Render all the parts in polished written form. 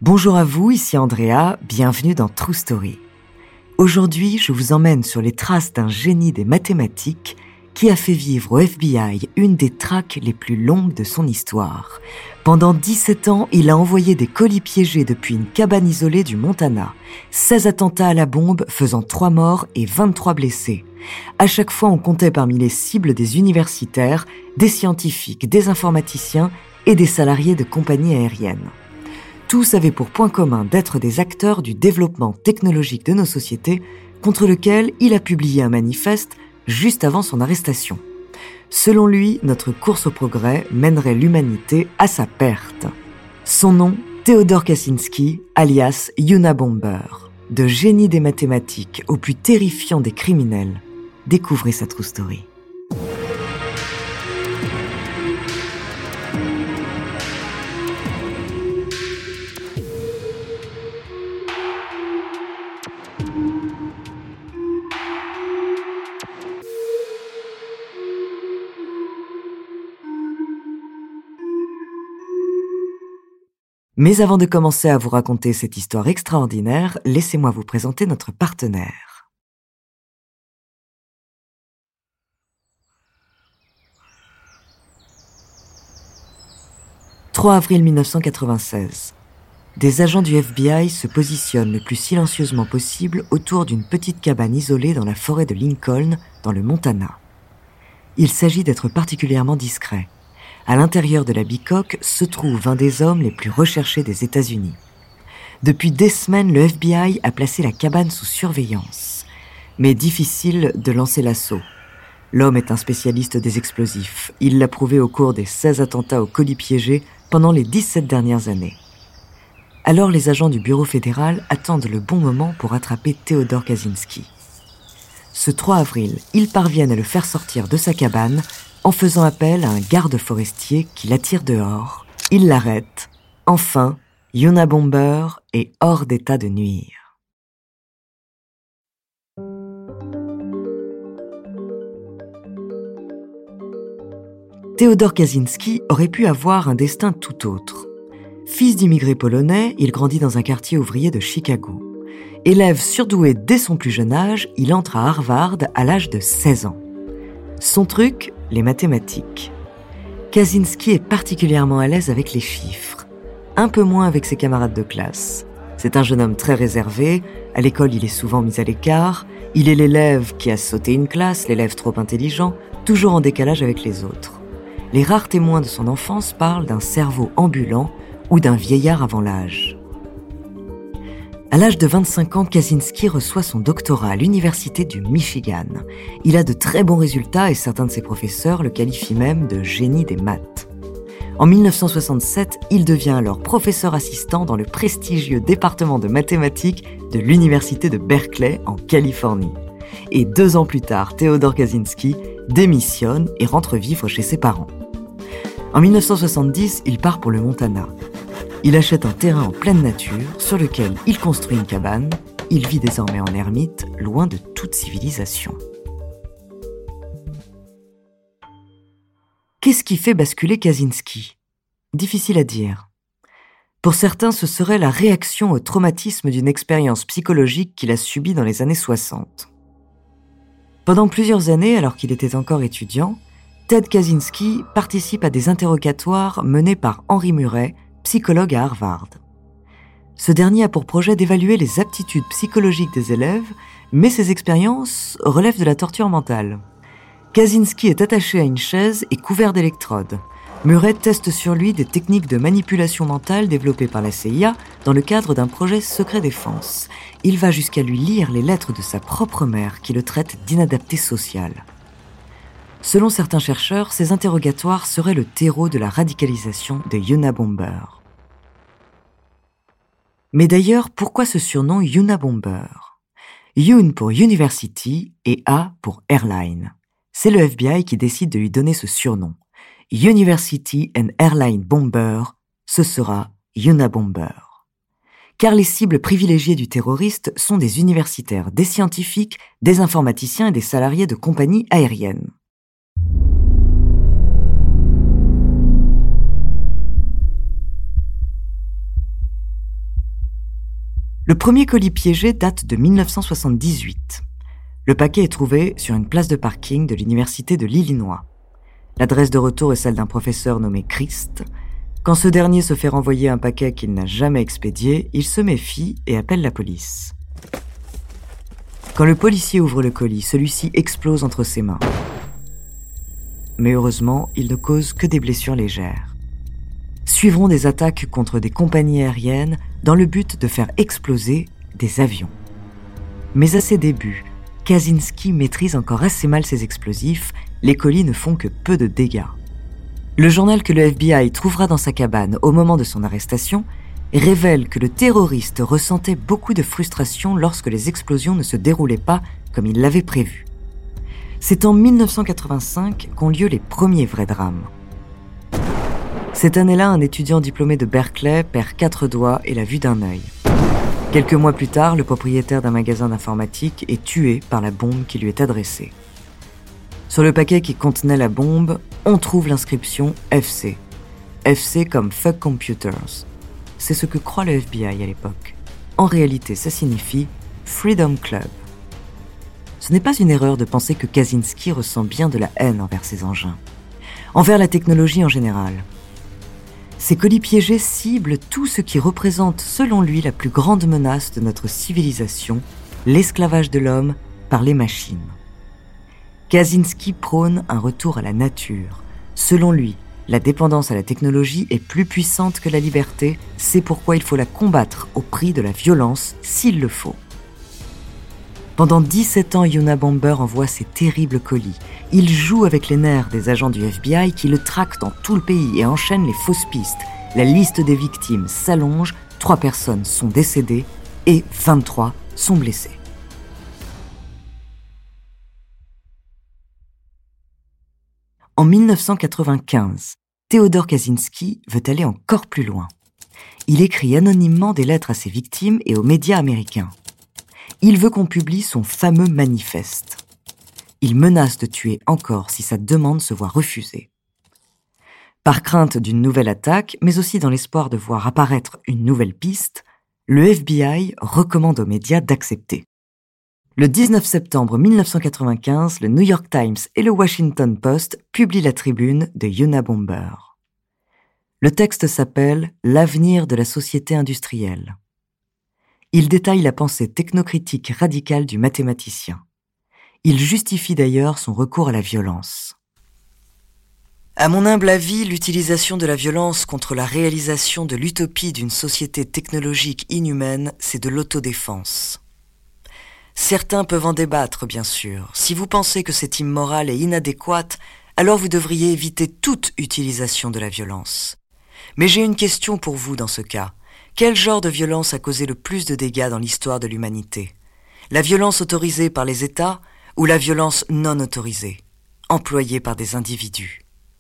Bonjour à vous, ici Andrea, bienvenue dans True Story. Aujourd'hui, je vous emmène sur les traces d'un génie des mathématiques qui a fait vivre au FBI une des traques les plus longues de son histoire. Pendant 17 ans, il a envoyé des colis piégés depuis une cabane isolée du Montana. 16 attentats à la bombe faisant 3 morts et 23 blessés. À chaque fois, on comptait parmi les cibles des universitaires, des scientifiques, des informaticiens et des salariés de compagnies aériennes. Tous avaient pour point commun d'être des acteurs du développement technologique de nos sociétés, contre lequel il a publié un manifeste juste avant son arrestation. Selon lui, notre course au progrès mènerait l'humanité à sa perte. Son nom, Theodore Kaczynski, alias Unabomber. De génie des mathématiques au plus terrifiant des criminels, découvrez sa true story. Mais avant de commencer à vous raconter cette histoire extraordinaire, laissez-moi vous présenter notre partenaire. « 3 avril 1996. Des agents du FBI se positionnent le plus silencieusement possible autour d'une petite cabane isolée dans la forêt de Lincoln, dans le Montana. Il s'agit d'être particulièrement discret. À l'intérieur de la bicoque se trouve un des hommes les plus recherchés des États-Unis. Depuis des semaines, le FBI a placé la cabane sous surveillance. Mais difficile de lancer l'assaut. L'homme est un spécialiste des explosifs. Il l'a prouvé au cours des 16 attentats aux colis piégés pendant les 17 dernières années. Alors les agents du bureau fédéral attendent le bon moment pour attraper Theodore Kaczynski. Ce 3 avril, ils parviennent à le faire sortir de sa cabane en faisant appel à un garde forestier qui l'attire dehors. Il l'arrête. Enfin, Unabomber est hors d'état de nuire. Theodore Kaczynski aurait pu avoir un destin tout autre. Fils d'immigrés polonais, il grandit dans un quartier ouvrier de Chicago. Élève surdoué dès son plus jeune âge, il entre à Harvard à l'âge de 16 ans. Son truc, les mathématiques. Kaczynski est particulièrement à l'aise avec les chiffres, un peu moins avec ses camarades de classe. C'est un jeune homme très réservé, à l'école il est souvent mis à l'écart, il est l'élève qui a sauté une classe, l'élève trop intelligent, toujours en décalage avec les autres. Les rares témoins de son enfance parlent d'un cerveau ambulant ou d'un vieillard avant l'âge. À l'âge de 25 ans, Kaczynski reçoit son doctorat à l'université du Michigan. Il a de très bons résultats et certains de ses professeurs le qualifient même de génie des maths. En 1967, il devient alors professeur assistant dans le prestigieux département de mathématiques de l'université de Berkeley en Californie. Et 2 ans plus tard, Theodore Kaczynski démissionne et rentre vivre chez ses parents. En 1970, il part pour le Montana. Il achète un terrain en pleine nature sur lequel il construit une cabane. Il vit désormais en ermite, loin de toute civilisation. Qu'est-ce qui fait basculer Kaczynski ? Difficile à dire. Pour certains, ce serait la réaction au traumatisme d'une expérience psychologique qu'il a subie dans les années 60. Pendant plusieurs années, alors qu'il était encore étudiant, Ted Kaczynski participe à des interrogatoires menés par Henry Murray, psychologue à Harvard. Ce dernier a pour projet d'évaluer les aptitudes psychologiques des élèves, mais ces expériences relèvent de la torture mentale. Kaczynski est attaché à une chaise et couvert d'électrodes. Murray teste sur lui des techniques de manipulation mentale développées par la CIA dans le cadre d'un projet secret défense. Il va jusqu'à lui lire les lettres de sa propre mère qui le traite d'inadapté social. Selon certains chercheurs, ces interrogatoires seraient le terreau de la radicalisation de Unabomber. Mais d'ailleurs, pourquoi ce surnom Unabomber ? Un pour University et A pour Airline. C'est le FBI qui décide de lui donner ce surnom. University and Airline Bomber, ce sera Unabomber. Car les cibles privilégiées du terroriste sont des universitaires, des scientifiques, des informaticiens et des salariés de compagnies aériennes. Le premier colis piégé date de 1978. Le paquet est trouvé sur une place de parking de l'université de l'Illinois. L'adresse de retour est celle d'un professeur nommé Christ. Quand ce dernier se fait renvoyer un paquet qu'il n'a jamais expédié, il se méfie et appelle la police. Quand le policier ouvre le colis, celui-ci explose entre ses mains. Mais heureusement, il ne cause que des blessures légères. Suivront des attaques contre des compagnies aériennes dans le but de faire exploser des avions. Mais à ses débuts, Kaczynski maîtrise encore assez mal ses explosifs, les colis ne font que peu de dégâts. Le journal que le FBI trouvera dans sa cabane au moment de son arrestation révèle que le terroriste ressentait beaucoup de frustration lorsque les explosions ne se déroulaient pas comme il l'avait prévu. C'est en 1985 qu'ont lieu les premiers vrais drames. Cette année-là, un étudiant diplômé de Berkeley perd 4 doigts et la vue d'un œil. Quelques mois plus tard, le propriétaire d'un magasin d'informatique est tué par la bombe qui lui est adressée. Sur le paquet qui contenait la bombe, on trouve l'inscription FC. FC comme Fuck Computers. C'est ce que croit le FBI à l'époque. En réalité, ça signifie Freedom Club. Ce n'est pas une erreur de penser que Kaczynski ressent bien de la haine envers ces engins, envers la technologie en général. Ces colis piégés ciblent tout ce qui représente, selon lui, la plus grande menace de notre civilisation, l'esclavage de l'homme par les machines. Kaczynski prône un retour à la nature. Selon lui, la dépendance à la technologie est plus puissante que la liberté, c'est pourquoi il faut la combattre au prix de la violence, s'il le faut. Pendant 17 ans, Unabomber envoie ses terribles colis. Il joue avec les nerfs des agents du FBI qui le traquent dans tout le pays et enchaînent les fausses pistes. La liste des victimes s'allonge, 3 personnes sont décédées et 23 sont blessées. En 1995, Theodore Kaczynski veut aller encore plus loin. Il écrit anonymement des lettres à ses victimes et aux médias américains. Il veut qu'on publie son fameux manifeste. Il menace de tuer encore si sa demande se voit refusée. Par crainte d'une nouvelle attaque, mais aussi dans l'espoir de voir apparaître une nouvelle piste, le FBI recommande aux médias d'accepter. Le 19 septembre 1995, le New York Times et le Washington Post publient la tribune de Unabomber. Le texte s'appelle « L'avenir de la société industrielle ». Il détaille la pensée technocritique radicale du mathématicien. Il justifie d'ailleurs son recours à la violence. À mon humble avis, l'utilisation de la violence contre la réalisation de l'utopie d'une société technologique inhumaine, c'est de l'autodéfense. Certains peuvent en débattre, bien sûr. Si vous pensez que c'est immoral et inadéquat, alors vous devriez éviter toute utilisation de la violence. Mais j'ai une question pour vous dans ce cas. Quel genre de violence a causé le plus de dégâts dans l'histoire de l'humanité ? La violence autorisée par les États ou la violence non autorisée, employée par des individus ?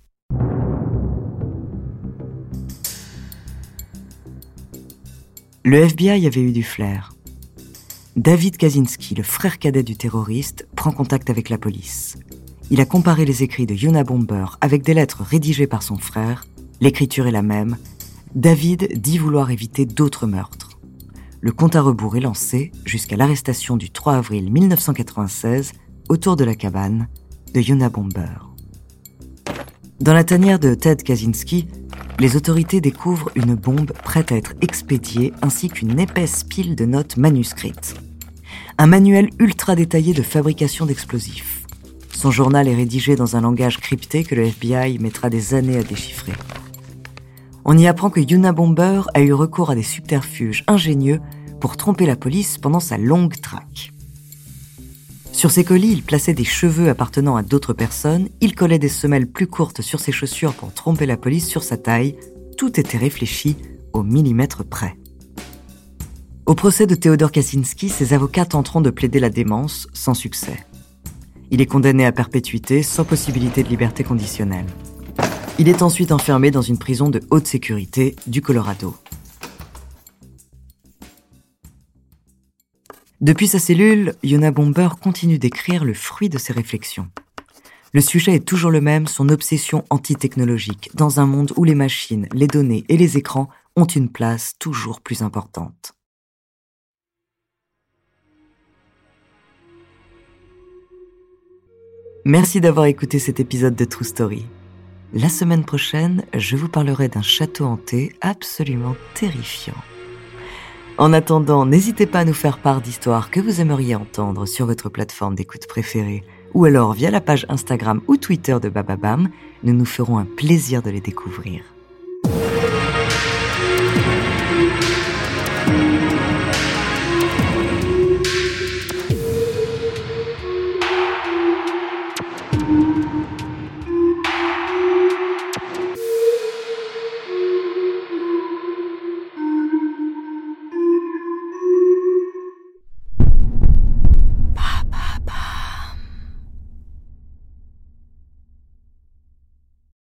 Le FBI avait eu du flair. David Kaczynski, le frère cadet du terroriste, prend contact avec la police. Il a comparé les écrits de Unabomber avec des lettres rédigées par son frère. L'écriture est la même. David dit vouloir éviter d'autres meurtres. Le compte à rebours est lancé jusqu'à l'arrestation du 3 avril 1996 autour de la cabane de Unabomber. Dans la tanière de Ted Kaczynski, les autorités découvrent une bombe prête à être expédiée ainsi qu'une épaisse pile de notes manuscrites. Un manuel ultra détaillé de fabrication d'explosifs. Son journal est rédigé dans un langage crypté que le FBI mettra des années à déchiffrer. On y apprend que Unabomber a eu recours à des subterfuges ingénieux pour tromper la police pendant sa longue traque. Sur ses colis, il plaçait des cheveux appartenant à d'autres personnes, il collait des semelles plus courtes sur ses chaussures pour tromper la police sur sa taille. Tout était réfléchi au millimètre près. Au procès de Theodore Kaczynski, ses avocats tenteront de plaider la démence sans succès. Il est condamné à perpétuité sans possibilité de liberté conditionnelle. Il est ensuite enfermé dans une prison de haute sécurité du Colorado. Depuis sa cellule, Unabomber continue d'écrire le fruit de ses réflexions. Le sujet est toujours le même, son obsession anti-technologique, dans un monde où les machines, les données et les écrans ont une place toujours plus importante. Merci d'avoir écouté cet épisode de True Story. La semaine prochaine, je vous parlerai d'un château hanté absolument terrifiant. En attendant, n'hésitez pas à nous faire part d'histoires que vous aimeriez entendre sur votre plateforme d'écoute préférée ou alors via la page Instagram ou Twitter de Bababam. Nous nous ferons un plaisir de les découvrir.